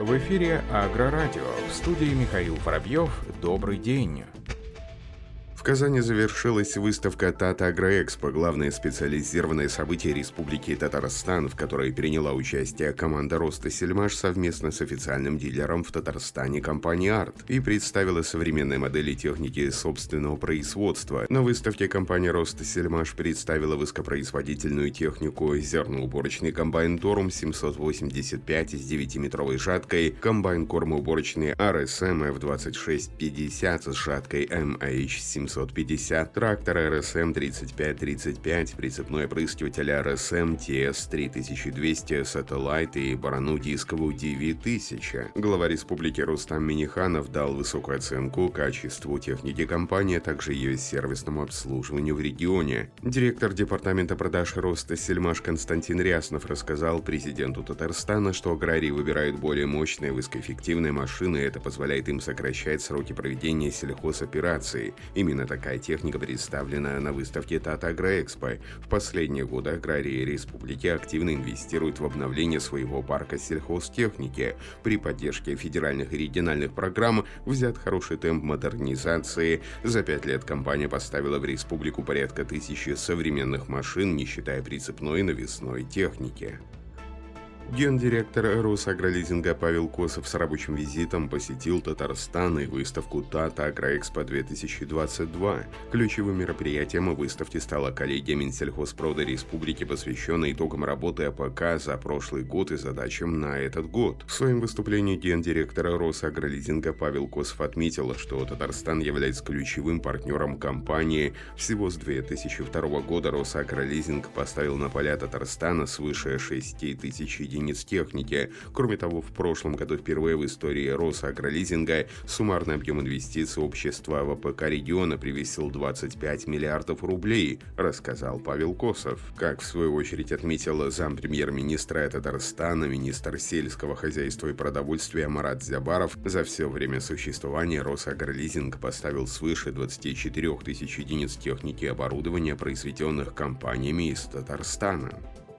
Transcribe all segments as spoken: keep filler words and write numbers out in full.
В эфире Агрорадио. В студии Михаил Воробьев. Добрый день. В Казани завершилась выставка Тата Агроэкспо, главное специализированное событие Республики Татарстан, в которой приняла участие команда Ростосельмаш совместно с официальным дилером в Татарстане компанией «Арт» и представила современные модели техники собственного производства. На выставке компания Ростосельмаш представила высокопроизводительную технику: зерноуборочный комбайн Торум семьсот восемьдесят пять с девятиметровой жаткой, комбайн кормоуборочный ар эс эм эф двадцать шесть пятьдесят с жаткой эм эйч семьсот пятьдесят, трактор эр эс эм тридцать пять тридцать пять, прицепной опрыскиватель ар эс эм ти эс три тысячи двести Satellite и барану дисковую ди ви тысяча. Глава республики Рустам Минниханов дал высокую оценку качеству техники компании, а также ее сервисному обслуживанию в регионе. Директор департамента продаж Ростосельмаш Константин Ряснов рассказал президенту Татарстана, что аграрии выбирают более мощные высокоэффективные машины, и это позволяет им сокращать сроки проведения сельхозопераций. Именно такая техника представлена на выставке Тата Агроэкспо. В последние годы аграрии республики активно инвестируют в обновление своего парка сельхозтехники. При поддержке федеральных и региональных программ взят хороший темп модернизации. За пять лет компания поставила в республику порядка тысячи современных машин, не считая прицепной и навесной техники. Гендиректор Росагролизинга Павел Косов с рабочим визитом посетил Татарстан и выставку Тата Агроэкспо две тысячи двадцать два. Ключевым мероприятием выставки стала коллегия Минсельхозпрода Республики, посвященная итогам работы АПК за прошлый год и задачам на этот год. В своем выступлении гендиректор Росагролизинга Павел Косов отметил, что Татарстан является ключевым партнером компании. Всего с две тысячи второго года Росагролизинг поставил на поля Татарстана свыше шести тысяч единиц техники. Кроме того, в прошлом году впервые в истории Росагролизинга суммарный объем инвестиций общества в АПК региона превысил двадцать пять миллиардов рублей, рассказал Павел Косов. Как в свою очередь отметил зампремьер-министра Татарстана, министр сельского хозяйства и продовольствия Марат Зябаров, за все время существования Росагролизинг поставил свыше двадцати четырёх тысяч единиц техники и оборудования, произведенных компаниями из Татарстана.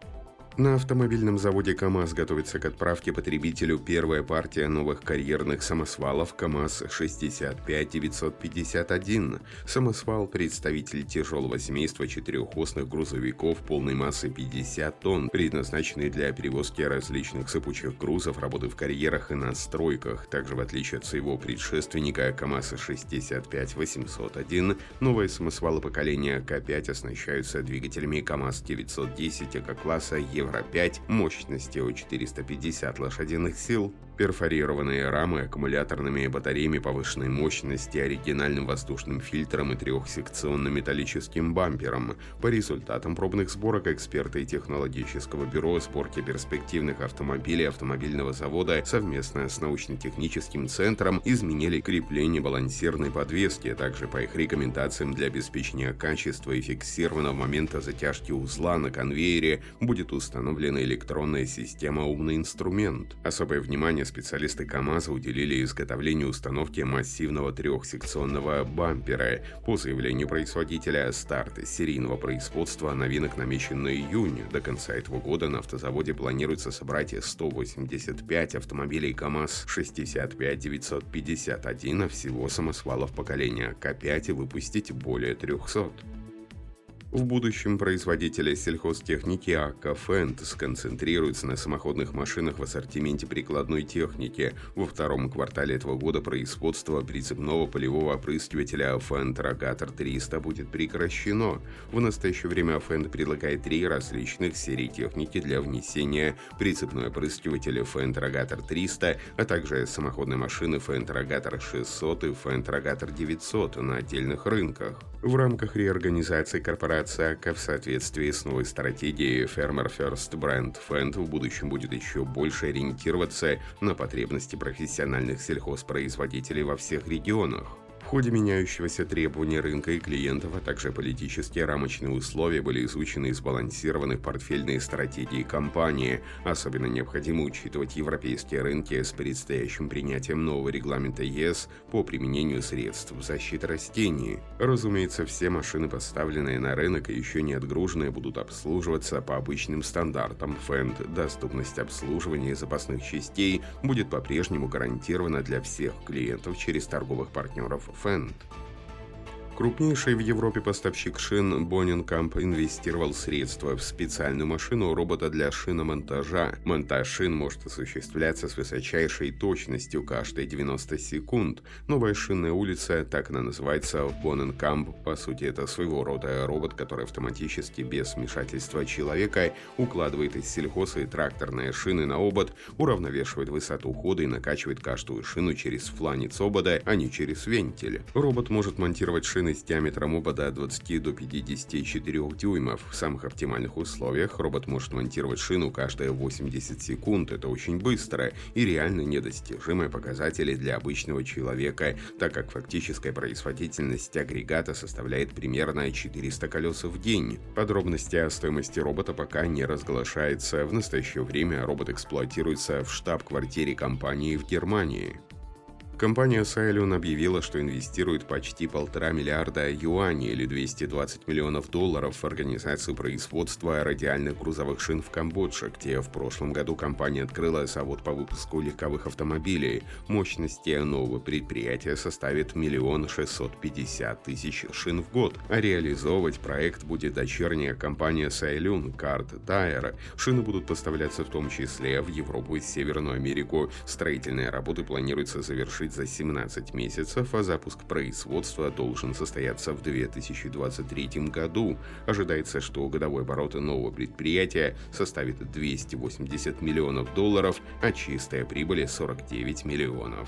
На автомобильном заводе КАМАЗ готовится к отправке потребителю первая партия новых карьерных самосвалов КАМАЗ шестьдесят пять девятьсот пятьдесят один. Самосвал – представитель тяжелого семейства четырехосных грузовиков полной массой пятьдесят тонн, предназначенный для перевозки различных сыпучих грузов, работы в карьерах и на стройках. Также, в отличие от своего предшественника КАМАЗ шестьдесят пять восемьсот один, новые самосвалы поколения К пять оснащаются двигателями КАМАЗ девятьсот десять эко-класса Евро пять мощностью четыреста пятьдесят лошадиных сил, перфорированные рамы аккумуляторными батареями повышенной мощности, оригинальным воздушным фильтром и трехсекционным металлическим бампером. По результатам пробных сборок эксперты технологического бюро сборки перспективных автомобилей автомобильного завода совместно с научно-техническим центром изменили крепление балансирной подвески. Также по их рекомендациям для обеспечения качества и фиксированного момента затяжки узла на конвейере будет установлена электронная система «Умный инструмент». Особое внимание специалисты КАМАЗа уделили изготовлению установки массивного трехсекционного бампера. По заявлению производителя, старт серийного производства новинок намечен на июнь. До конца этого года на автозаводе планируется собрать сто восемьдесят пять автомобилей КАМАЗ шестьдесят пять девятьсот пятьдесят один, а всего самосвалов поколения К пять выпустить более трехсот. В будущем производители сельхозтехники АК «Фенд» сконцентрируются на самоходных машинах в ассортименте прикладной техники. Во втором квартале этого года производство прицепного полевого опрыскивателя «Фенд Рогатор триста» будет прекращено. В настоящее время «Фенд» предлагает три различных серии техники для внесения: прицепной опрыскиватель «Фенд Рогатор триста», а также самоходные машины «Фенд Рогатор шестьсот» и «Фенд Рогатор девятьсот» на отдельных рынках. В рамках реорганизации корпорации АК в соответствии с новой стратегией Farmer First бренд Фенд в будущем будет еще больше ориентироваться на потребности профессиональных сельхозпроизводителей во всех регионах. В ходе меняющегося требования рынка и клиентов, а также политические рамочные условия были изучены и сбалансированы портфельные стратегии компании. Особенно необходимо учитывать европейские рынки с предстоящим принятием нового регламента ЕС по применению средств защиты растений. Разумеется, все машины, поставленные на рынок и еще не отгруженные, будут обслуживаться по обычным стандартам ФЭНД. Доступность обслуживания и запасных частей будет по-прежнему гарантирована для всех клиентов через торговых партнеров ФЭНД. Крупнейший в Европе поставщик шин Bonnenkamp инвестировал средства в специальную машину робота для шиномонтажа. Монтаж шин может осуществляться с высочайшей точностью каждые девяносто секунд. Новая шинная улица, так она называется в Bonnenkamp. По сути, это своего рода робот, который автоматически, без вмешательства человека, укладывает из сельхоза и тракторные шины на обод, уравновешивает высоту хода и накачивает каждую шину через фланец обода, а не через вентиль. Робот может монтировать шины с диаметром обода от двадцати до пятидесяти четырёх дюймов. В самых оптимальных условиях робот может монтировать шину каждые восемьдесят секунд. Это очень быстро и реально недостижимые показатели для обычного человека, так как фактическая производительность агрегата составляет примерно четыреста колес в день. Подробности о стоимости робота пока не разглашаются. В настоящее время робот эксплуатируется в штаб-квартире компании в Германии. Компания Sailun объявила, что инвестирует почти полтора миллиарда юаней или двести двадцать миллионов долларов в организацию производства радиальных грузовых шин в Камбодже, где в прошлом году компания открыла завод по выпуску легковых автомобилей. Мощности нового предприятия составит миллион шестьсот пятьдесят тысяч шин в год. А реализовывать проект будет дочерняя компания Sailun Card Tire. Шины будут поставляться в том числе в Европу и Северную Америку. Строительные работы планируется завершить за семнадцать месяцев, а запуск производства должен состояться в две тысячи двадцать третьем году. Ожидается, что годовой оборот нового предприятия составит двести восемьдесят миллионов долларов, а чистая прибыль сорок девять миллионов.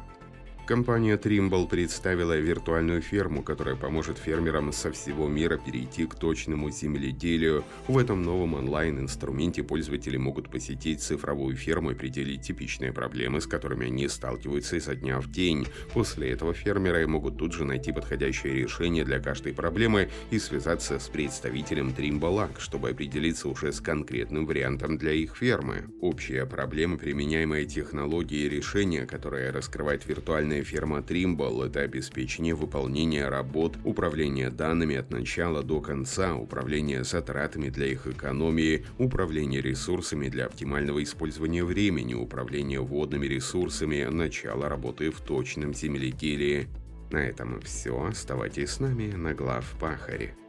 Компания Trimble представила виртуальную ферму, которая поможет фермерам со всего мира перейти к точному земледелию. В этом новом онлайн-инструменте пользователи могут посетить цифровую ферму и определить типичные проблемы, с которыми они сталкиваются изо дня в день. После этого фермеры могут тут же найти подходящее решение для каждой проблемы и связаться с представителем Trimble, чтобы определиться уже с конкретным вариантом для их фермы. Общая проблема, применяемая технологии и решения, которые раскрывает виртуальная ферма Trimble, это обеспечение выполнения работ, управление данными от начала до конца, управление затратами для их экономии, управление ресурсами для оптимального использования времени, управление водными ресурсами, начало работы в точном земледелии. На этом все. Оставайтесь с нами на Главпахаре.